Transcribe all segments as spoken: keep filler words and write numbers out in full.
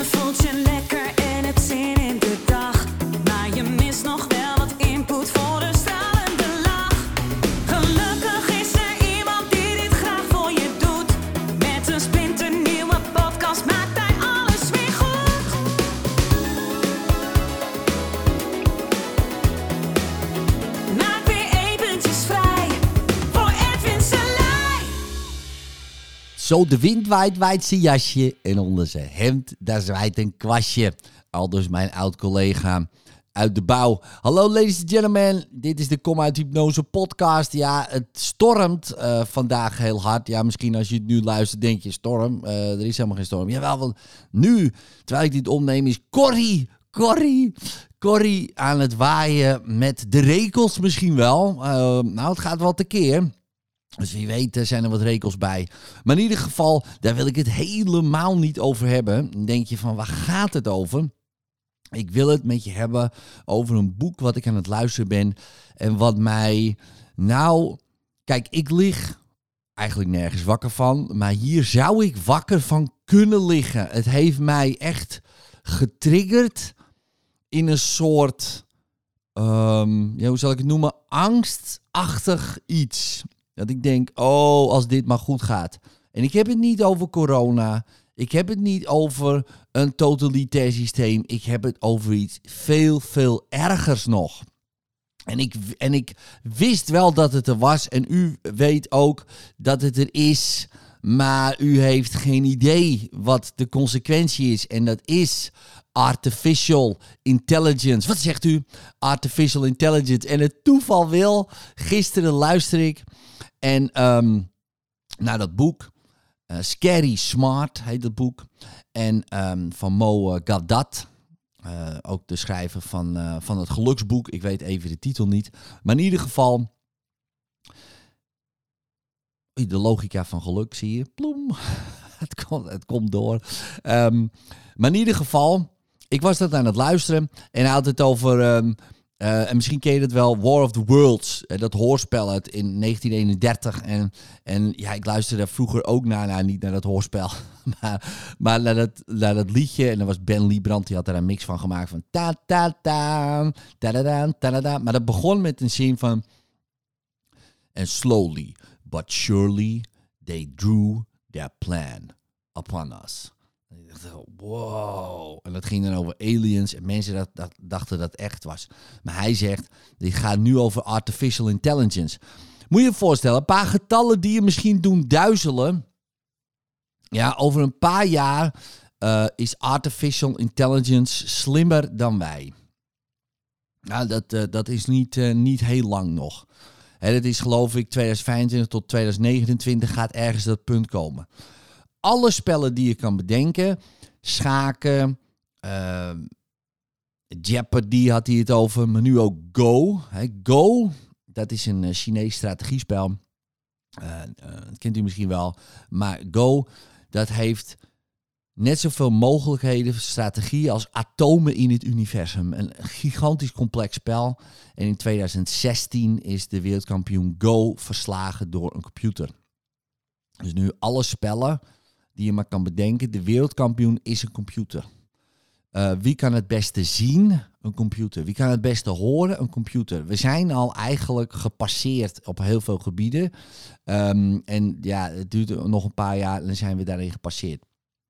Je voelt je lekker en het zin in de dag. Maar je mist nog wel wat input voor de stralende lach. Gelukkig is er iemand die dit graag voor je doet. Met een splinternieuwe podcast maakt hij alles weer goed. Maak weer eventjes vrij voor Edwin Selij. Zo de wind waait, waait zijn jasje en onder zijn hemd, daar zwaait een kwastje. Aldus mijn oud-collega uit de bouw. Hallo ladies and gentlemen, dit is de Kom uit Hypnose podcast. Ja, het stormt uh, vandaag heel hard. Ja, misschien als je het nu luistert denk je storm. Uh, er is helemaal geen storm. Jawel, want nu, terwijl ik dit opneem, is Corrie, Corrie, Corrie aan het waaien met de rekels misschien wel. Uh, nou, het gaat wel tekeer. Dus wie weet zijn er wat rekels bij. Maar in ieder geval, daar wil ik het helemaal niet over hebben. Dan denk je van, waar gaat het over? Ik wil het met je hebben over een boek wat ik aan het luisteren ben. En wat mij, nou, kijk, ik lig eigenlijk nergens wakker van. Maar hier zou ik wakker van kunnen liggen. Het heeft mij echt getriggerd in een soort, um, ja, hoe zal ik het noemen, angstachtig iets. Dat ik denk, oh, als dit maar goed gaat. En ik heb het niet over corona. Ik heb het niet over een totalitair systeem. Ik heb het over iets veel, veel ergers nog. En ik, en ik wist wel dat het er was. En u weet ook dat het er is. Maar u heeft geen idee wat de consequentie is. En dat is artificial intelligence. Wat zegt u? Artificial intelligence. En het toeval wil, gisteren luister ik. En um, naar dat boek, uh, Scary Smart heet dat boek. En um, van Mo uh, Gawdat, uh, ook de schrijver van, uh, van het geluksboek. Ik weet even de titel niet. Maar in ieder geval, de logica van geluk zie je. Ploem, het, komt, het komt door. Um, maar in ieder geval, ik was dat aan het luisteren. En hij had het over... Um, Uh, en misschien ken je het wel, War of the Worlds, uh, dat hoorspel uit in negentien eenendertig. En, en ja, ik luisterde daar vroeger ook naar, nou niet naar dat hoorspel, maar, maar naar, dat, naar dat liedje. En dan was Ben Liebrand, die had daar een mix van gemaakt van ta-ta-ta, ta-da-da, ta-da-da. Maar dat begon met een zin van, and slowly but surely they drew their plan upon us. En ik dacht, wow. En dat ging dan over aliens en mensen dat, dat dachten dat het echt was. Maar hij zegt, dit gaat nu over artificial intelligence. Moet je je voorstellen, een paar getallen die je misschien doen duizelen. Ja, over een paar jaar uh, is artificial intelligence slimmer dan wij. Nou, dat, uh, dat is niet, uh, niet heel lang nog. Hè, dat is geloof ik tweeduizend vijfentwintig tot tweeduizend negenentwintig gaat ergens dat punt komen. Alle spellen die je kan bedenken, schaken, uh, Jeopardy had hij het over, maar nu ook Go. He, Go, dat is een uh, Chinees strategiespel. Uh, uh, dat kent u misschien wel. Maar Go, dat heeft net zoveel mogelijkheden, strategieën als atomen in het universum. Een gigantisch complex spel. En in tweeduizend zestien is de wereldkampioen Go verslagen door een computer. Dus nu alle spellen die je maar kan bedenken. De wereldkampioen is een computer. Uh, wie kan het beste zien? Een computer. Wie kan het beste horen? Een computer. We zijn al eigenlijk gepasseerd op heel veel gebieden. Um, en ja, het duurt nog een paar jaar en dan zijn we daarin gepasseerd.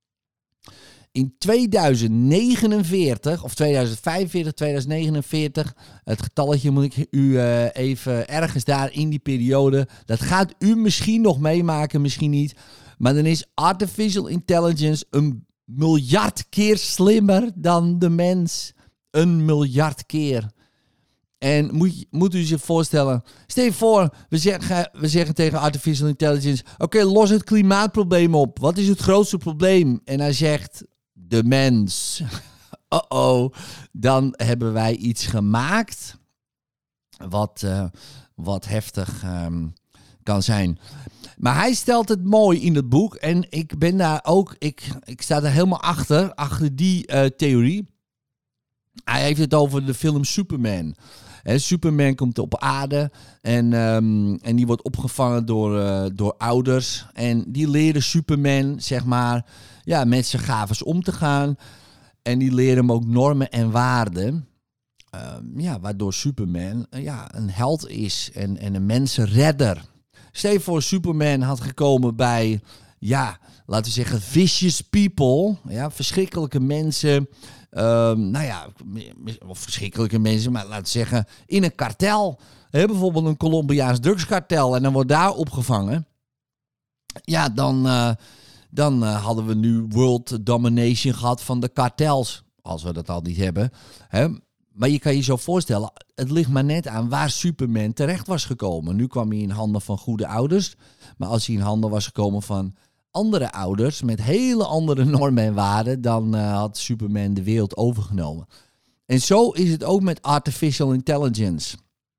In tweeduizend negenenveertig, of tweeduizend vijfenveertig, tweeduizend negenenveertig, het getalletje moet ik u uh, even ergens daar in die periode, dat gaat u misschien nog meemaken, misschien niet. Maar dan is artificial intelligence een miljard keer slimmer dan de mens. Een miljard keer. En moet, moet u zich voorstellen, stel je voor, we zeggen, we zeggen tegen artificial intelligence, oké, okay, los het klimaatprobleem op. Wat is het grootste probleem? En hij zegt, de mens. Uh-oh. Dan hebben wij iets gemaakt wat, uh, wat heftig um, kan zijn. Maar hij stelt het mooi in het boek. En ik ben daar ook, ik, ik sta er helemaal achter, achter die uh, theorie. Hij heeft het over de film Superman. Hè, Superman komt op aarde en, um, en die wordt opgevangen door, uh, door ouders. En die leren Superman, zeg maar, ja, met zijn gaves om te gaan. En die leren hem ook normen en waarden. Uh, ja, waardoor Superman uh, ja, een held is en, en een mensenredder. Stel je voor, Superman had gekomen bij, ja, laten we zeggen, vicious people. Ja, verschrikkelijke mensen. Um, nou ja, of verschrikkelijke mensen, maar laten we zeggen, in een kartel. He, bijvoorbeeld een Colombiaans drugskartel en dan wordt daar opgevangen. Ja, dan, uh, dan uh, hadden we nu world domination gehad van de kartels. Als we dat al niet hebben. He, maar je kan je zo voorstellen, het ligt maar net aan waar Superman terecht was gekomen. Nu kwam hij in handen van goede ouders. Maar als hij in handen was gekomen van andere ouders met hele andere normen en waarden, dan uh, had Superman de wereld overgenomen. En zo is het ook met artificial intelligence.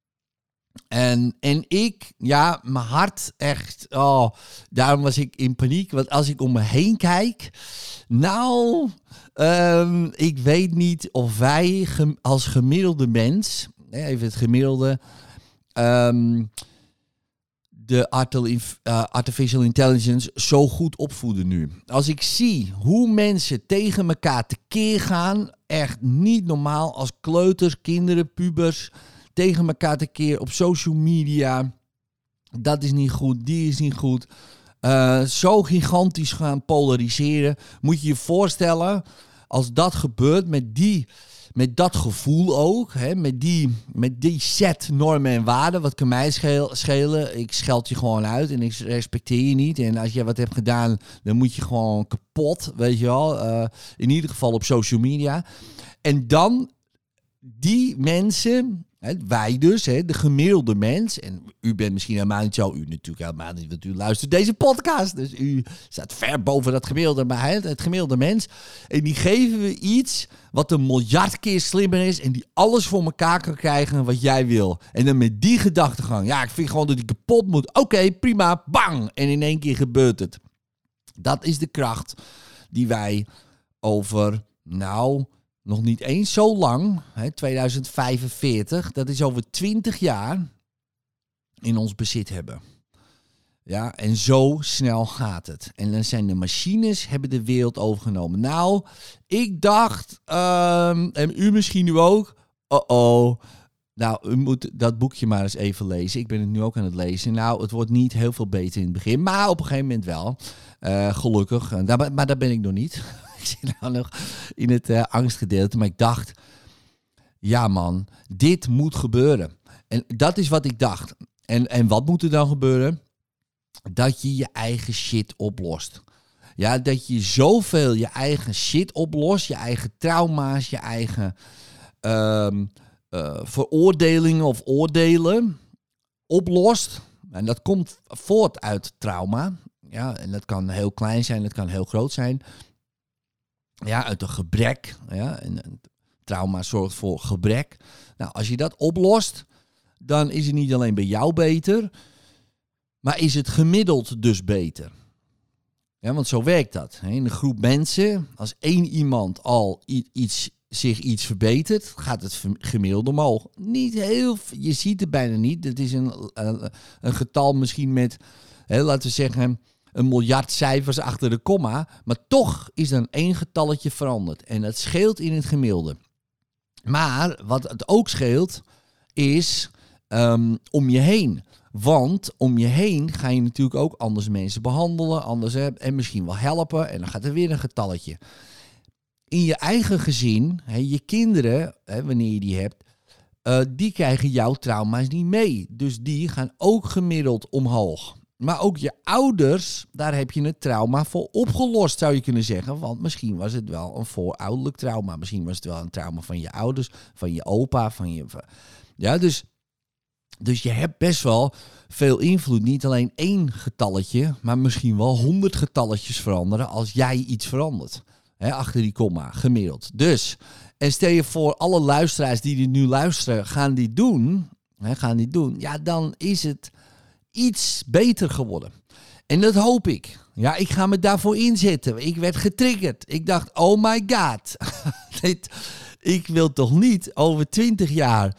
En, en ik, ja, mijn hart echt, oh, daarom was ik in paniek. Want als ik om me heen kijk, nou, um, ik weet niet of wij gem, als gemiddelde mens, even het gemiddelde, um, de artificial intelligence zo goed opvoeden nu. Als ik zie hoe mensen tegen elkaar tekeer gaan, echt niet normaal, als kleuters, kinderen, pubers, tegen elkaar tekeer op social media. Dat is niet goed, die is niet goed. Uh, zo gigantisch gaan polariseren. Moet je je voorstellen, als dat gebeurt met die, met dat gevoel ook, hè, met, die, met die set normen en waarden, wat kan mij schelen? Ik scheld je gewoon uit en ik respecteer je niet. En als je wat hebt gedaan, dan moet je gewoon kapot, weet je wel. Uh, in ieder geval op social media. En dan die mensen, hè, wij dus, hè, de gemiddelde mens, en u bent misschien helemaal niet zo, u natuurlijk helemaal niet, want u luistert deze podcast, dus u staat ver boven dat gemiddelde, maar hè, het gemiddelde mens. En die geven we iets wat een miljard keer slimmer is en die alles voor elkaar kan krijgen wat jij wil. En dan met die gedachtegang, ja, ik vind gewoon dat die kapot moet. Oké, okay, prima, bang! En in één keer gebeurt het. Dat is de kracht die wij over, nou, nog niet eens zo lang, hè, tweeduizend vijfenveertig, dat is over twintig jaar, in ons bezit hebben. Ja, en zo snel gaat het. En dan zijn de machines, hebben de wereld overgenomen. Nou, ik dacht, um, en u misschien nu ook, oh-oh. Nou, u moet dat boekje maar eens even lezen. Ik ben het nu ook aan het lezen. Nou, het wordt niet heel veel beter in het begin, maar op een gegeven moment wel. Uh, gelukkig, daar, maar daar ben ik nog niet. Ik zit nou nog in het uh, angstgedeelte, maar ik dacht, ja man, dit moet gebeuren. En dat is wat ik dacht. En, en wat moet er dan gebeuren? Dat je je eigen shit oplost. Ja, dat je zoveel je eigen shit oplost, je eigen trauma's, je eigen um, uh, veroordelingen of oordelen oplost. En dat komt voort uit trauma. Ja, en dat kan heel klein zijn, dat kan heel groot zijn. Ja, uit een gebrek. Ja, en, en trauma zorgt voor gebrek. Nou, als je dat oplost, dan is het niet alleen bij jou beter, maar is het gemiddeld dus beter. Ja, want zo werkt dat. In een groep mensen, als één iemand al iets, zich iets verbetert, gaat het gemiddeld omhoog. Niet heel, je ziet het bijna niet. Het is een, een, een getal misschien met, hè, laten we zeggen, een miljard cijfers achter de komma. Maar toch is dan één getalletje veranderd. En dat scheelt in het gemiddelde. Maar wat het ook scheelt, is um, om je heen. Want om je heen ga je natuurlijk ook anders mensen behandelen, anders hè, en misschien wel helpen. En dan gaat er weer een getalletje. In je eigen gezin, hè, je kinderen, hè, wanneer je die hebt, uh, die krijgen jouw trauma's niet mee. Dus die gaan ook gemiddeld omhoog. Maar ook je ouders, daar heb je het trauma voor opgelost, zou je kunnen zeggen. Want misschien was het wel een voorouderlijk trauma. Misschien was het wel een trauma van je ouders, van je opa, van je... Ja, dus... Dus je hebt best wel veel invloed. Niet alleen één getalletje, maar misschien wel honderd getalletjes veranderen als jij iets verandert. He, achter die komma, gemiddeld. Dus, en stel je voor, alle luisteraars die dit nu luisteren, gaan die doen. He, gaan die doen. Ja, dan is het iets beter geworden. En dat hoop ik. Ja, ik ga me daarvoor inzetten. Ik werd getriggerd. Ik dacht, oh my god. Dit, ik wil toch niet over twintig jaar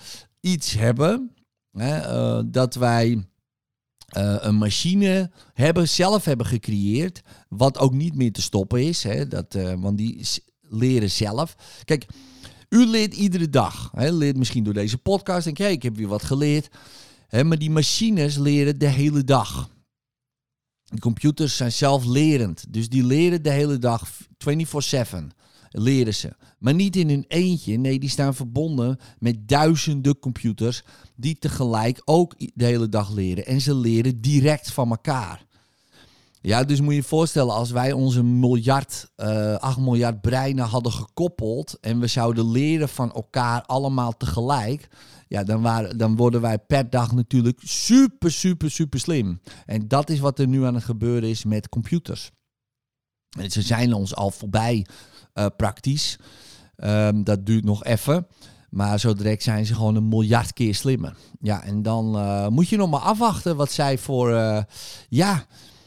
iets hebben, hè, uh, dat wij uh, een machine hebben, zelf hebben gecreëerd, wat ook niet meer te stoppen is. Hè, dat, uh, want die leren zelf. Kijk, u leert iedere dag. Hè, leert misschien door deze podcast. Denk, hey, ik heb weer wat geleerd. Hè, maar die machines leren de hele dag. De computers zijn zelflerend. Dus die leren de hele dag, vierentwintig zeven. Leren ze. Maar niet in hun eentje. Nee, die staan verbonden met duizenden computers die tegelijk ook de hele dag leren. En ze leren direct van elkaar. Ja, dus moet je je voorstellen, als wij onze miljard, uh, acht miljard breinen hadden gekoppeld en we zouden leren van elkaar allemaal tegelijk, ja, dan, waren, dan worden wij per dag natuurlijk super, super, super slim. En dat is wat er nu aan het gebeuren is met computers. En ze zijn ons al voorbij uh, praktisch. Um, dat duurt nog even. Maar zo direct zijn ze gewoon een miljard keer slimmer. Ja, en dan uh, moet je nog maar afwachten wat zij voor, uh, ja...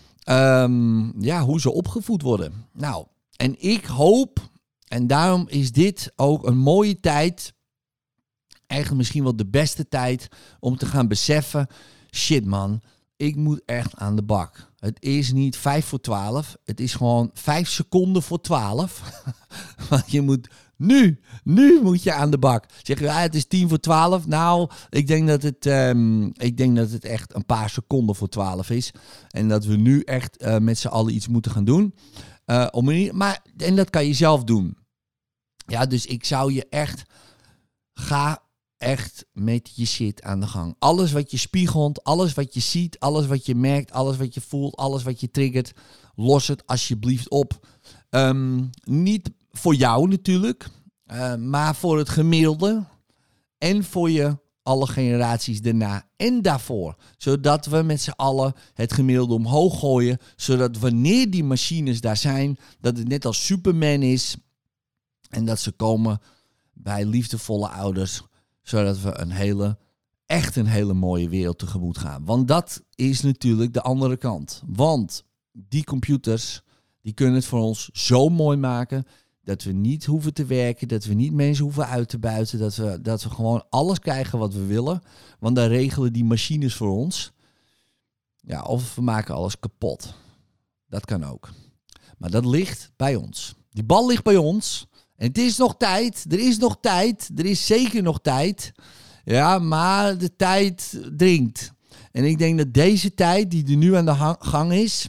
Um, ja, hoe ze opgevoed worden. Nou, en ik hoop, en daarom is dit ook een mooie tijd, eigenlijk misschien wel de beste tijd, om te gaan beseffen, shit man, ik moet echt aan de bak. Het is niet vijf voor twaalf, het is gewoon vijf seconden voor twaalf. Want je moet nu, nu moet je aan de bak. Zeg je, ja, het is tien voor twaalf. Nou, ik denk dat het, um, ik denk dat het echt een paar seconden voor twaalf is. En dat we nu echt uh, met z'n allen iets moeten gaan doen. Uh, om in, maar, en dat kan je zelf doen. Ja, dus ik zou je echt, ga echt met je shit aan de gang. Alles wat je spiegelt, alles wat je ziet, alles wat je merkt, alles wat je voelt, alles wat je triggert, los het alsjeblieft op. Um, niet voor jou natuurlijk, uh, maar voor het gemiddelde en voor je alle generaties daarna en daarvoor. Zodat we met z'n allen het gemiddelde omhoog gooien, zodat wanneer die machines daar zijn, dat het net als Superman is en dat ze komen bij liefdevolle ouders, zodat we een hele, echt een hele mooie wereld tegemoet gaan. Want dat is natuurlijk de andere kant. Want die computers, die kunnen het voor ons zo mooi maken dat we niet hoeven te werken, dat we niet mensen hoeven uit te buiten, dat we, dat we gewoon alles krijgen wat we willen. Want dan regelen die machines voor ons. Ja, of we maken alles kapot. Dat kan ook. Maar dat ligt bij ons. Die bal ligt bij ons. En het is nog tijd. Er is nog tijd. Er is zeker nog tijd. Ja, maar de tijd dringt. En ik denk dat deze tijd die er nu aan de gang is,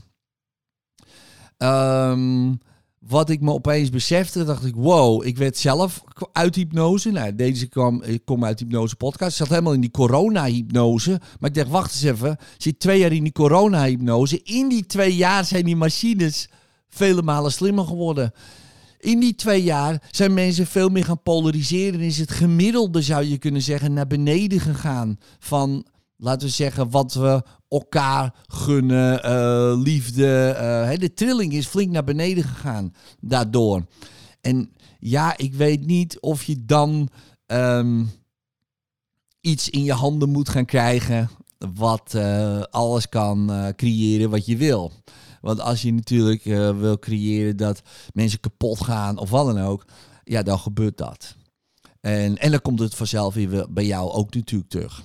Um, wat ik me opeens besefte, dacht ik, wow, ik werd zelf uit hypnose. Nou, deze kwam, ik kom uit hypnose podcast. Ik zat helemaal in die corona-hypnose. Maar ik dacht, wacht eens even. Ik zit twee jaar in die corona-hypnose. In die twee jaar zijn die machines vele malen slimmer geworden. In die twee jaar zijn mensen veel meer gaan polariseren. Is het gemiddelde, zou je kunnen zeggen, naar beneden gegaan. Van, laten we zeggen, wat we elkaar gunnen, uh, liefde. Uh, de trilling is flink naar beneden gegaan daardoor. En ja, ik weet niet of je dan um, iets in je handen moet gaan krijgen wat uh, alles kan uh, creëren wat je wil. Want als je natuurlijk uh, wil creëren dat mensen kapot gaan of wat dan ook, ja, dan gebeurt dat. En, en dan komt het vanzelf weer bij jou ook natuurlijk terug.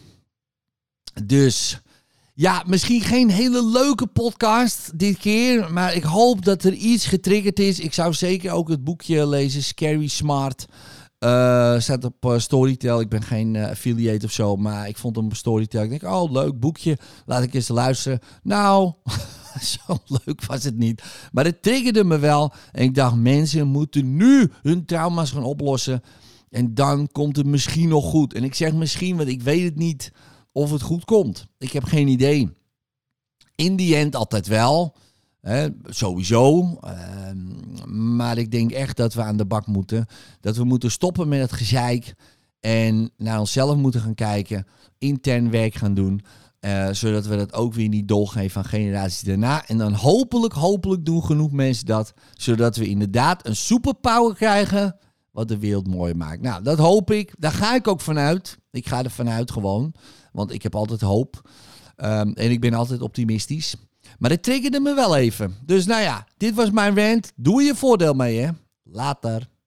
Dus ja, misschien geen hele leuke podcast dit keer, maar ik hoop dat er iets getriggerd is. Ik zou zeker ook het boekje lezen, Scary Smart. Uh, staat op uh, Storytel. Ik ben geen uh, affiliate of zo, maar ik vond hem op Storytel. Ik denk, oh, leuk boekje. Laat ik eens luisteren. Nou, zo leuk was het niet. Maar het triggerde me wel. En ik dacht, mensen moeten nu hun trauma's gaan oplossen. En dan komt het misschien nog goed. En ik zeg misschien, want ik weet het niet of het goed komt. Ik heb geen idee. In die end altijd wel. Hè, sowieso. Uh, maar ik denk echt dat we aan de bak moeten. Dat we moeten stoppen met het gezeik. En naar onszelf moeten gaan kijken. Intern werk gaan doen. Uh, zodat we dat ook weer niet doorgeven aan generaties daarna. En dan hopelijk, hopelijk doen genoeg mensen dat. Zodat we inderdaad een superpower krijgen. Wat de wereld mooier maakt. Nou, dat hoop ik. Daar ga ik ook vanuit. Ik ga er vanuit gewoon. Want ik heb altijd hoop. Um, en ik ben altijd optimistisch. Maar het triggerde me wel even. Dus nou ja, dit was mijn rant. Doe je voordeel mee, hè. Later.